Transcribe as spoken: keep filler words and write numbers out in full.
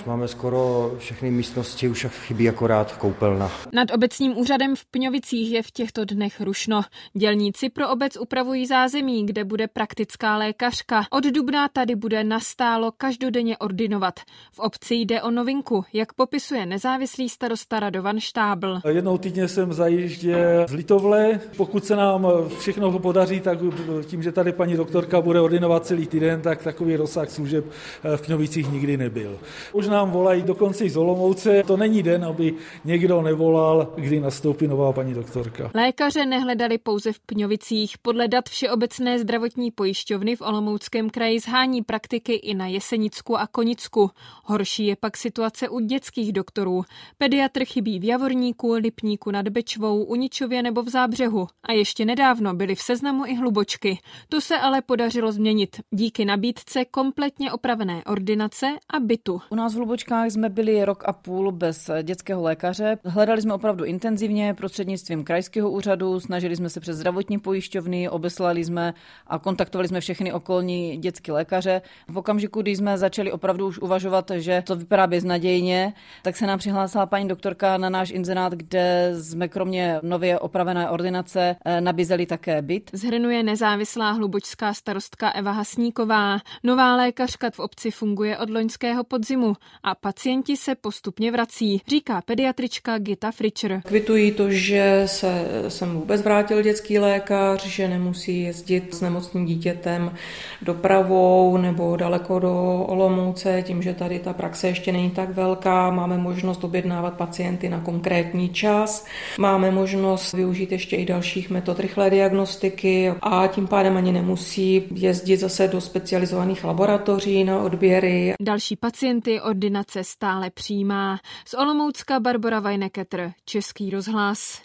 máme skoro všechny místnosti, už chybí akorát koupelna. Nad obecním úřadem v Pňovicích je v těchto dnech rušno. Dělníci pro obec upravují zázemí, kde bude praktická lékařka. Od dubna tady bude nastálo každodenně ordinovat. V obci jde o novinku, jak popisuje nezávislý starosta Radovan Štábl. Jednou týdně jsem zajížděl z Litovle. Pokud se nám všechno podaří, tak tím, že tady paní doktorka bude ordinovat celý týden, tak takový rozsah služeb v Pňovicích nikdy nebyl. Už nám volají dokonce i z Olomouce. To není den, aby někdo nevolal, kdy nastoupí nová paní doktorka. Lékaře nehledali pouze v Pňovicích. Podle dat Všeobecné zdravotní pojišťovny v Olomouckém kraji zhání praktiky i na Jesenicku a Konicku. Horší je pak situace u dětských doktorů. Pediatr chybí v Javorníku, Lipníku nad Bečvou, Uničově nebo v Zábřehu. A ještě nedávno byly v seznamu i Hlubočky. To se ale podařilo změnit díky nabídce kompletně opravené ordinace a bytu. U nás v Hlubočkách jsme byli rok a půl bez dětského lékaře. Hledali jsme opravdu intenzivně prostřednictvím krajského úřadu, snažili jsme se přes zdravotní pojišťovny, obeslali jsme a kontaktovali jsme všechny okolní dětské lékaře. V okamžiku, kdy jsme začali opravdu už uvažovat, že to vypadá beznadějně, tak se nám přihlásila paní doktorka na náš inzerát, kde jsme kromě nově opravené ordinace nabízeli také byt. Zhrnuje nezávislá hlubočská starostka Eva Hasníková. Nová lékařka v obci funguje od loňského podzimu a pacienti se postupně vrací, říká pediatrička Gita Fričer. Kvituji to, že se sem vůbec vrátil dětský lékař, že nemusí jezdit s nemocným dítětem dopravou nebo daleko do Olomouce, tím, že tady ta praxe ještě není tak velká. Máme možnost objednávat pacienty na konkrétní čas. Máme možnost využít ještě i dalších metod rychlé diagnostiky a tím pádem ani nemusí jezdit zase do specializovaných laboratoří na odběry. Další pacienty ordinace stále přijímá. Z Olomoucka Barbora Vajneketr, Český rozhlas.